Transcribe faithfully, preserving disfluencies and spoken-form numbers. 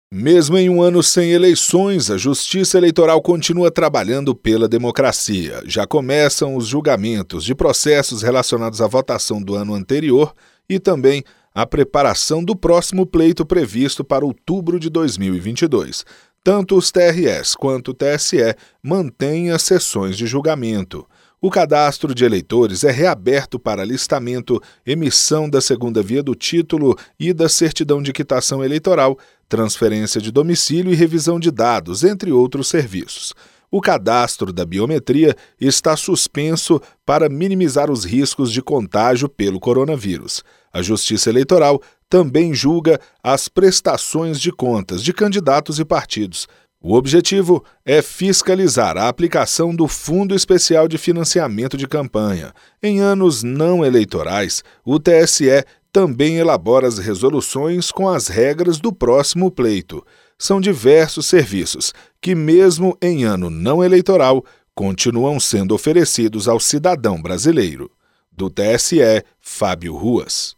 Mesmo em um ano sem eleições, a Justiça Eleitoral continua trabalhando pela democracia. Já começam os julgamentos de processos relacionados à votação do ano anterior e também a preparação do próximo pleito previsto para outubro de dois mil e vinte e dois. Tanto os T R Es quanto o T S E mantêm as sessões de julgamento. O cadastro de eleitores é reaberto para alistamento, emissão da segunda via do título e da certidão de quitação eleitoral, transferência de domicílio e revisão de dados, entre outros serviços. O cadastro da biometria está suspenso para minimizar os riscos de contágio pelo coronavírus. A Justiça Eleitoral também julga as prestações de contas de candidatos e partidos. O objetivo é fiscalizar a aplicação do Fundo Especial de Financiamento de Campanha. Em anos não eleitorais, o T S E também elabora as resoluções com as regras do próximo pleito. São diversos serviços que, mesmo em ano não eleitoral, continuam sendo oferecidos ao cidadão brasileiro. Do T S E, Fábio Ruas.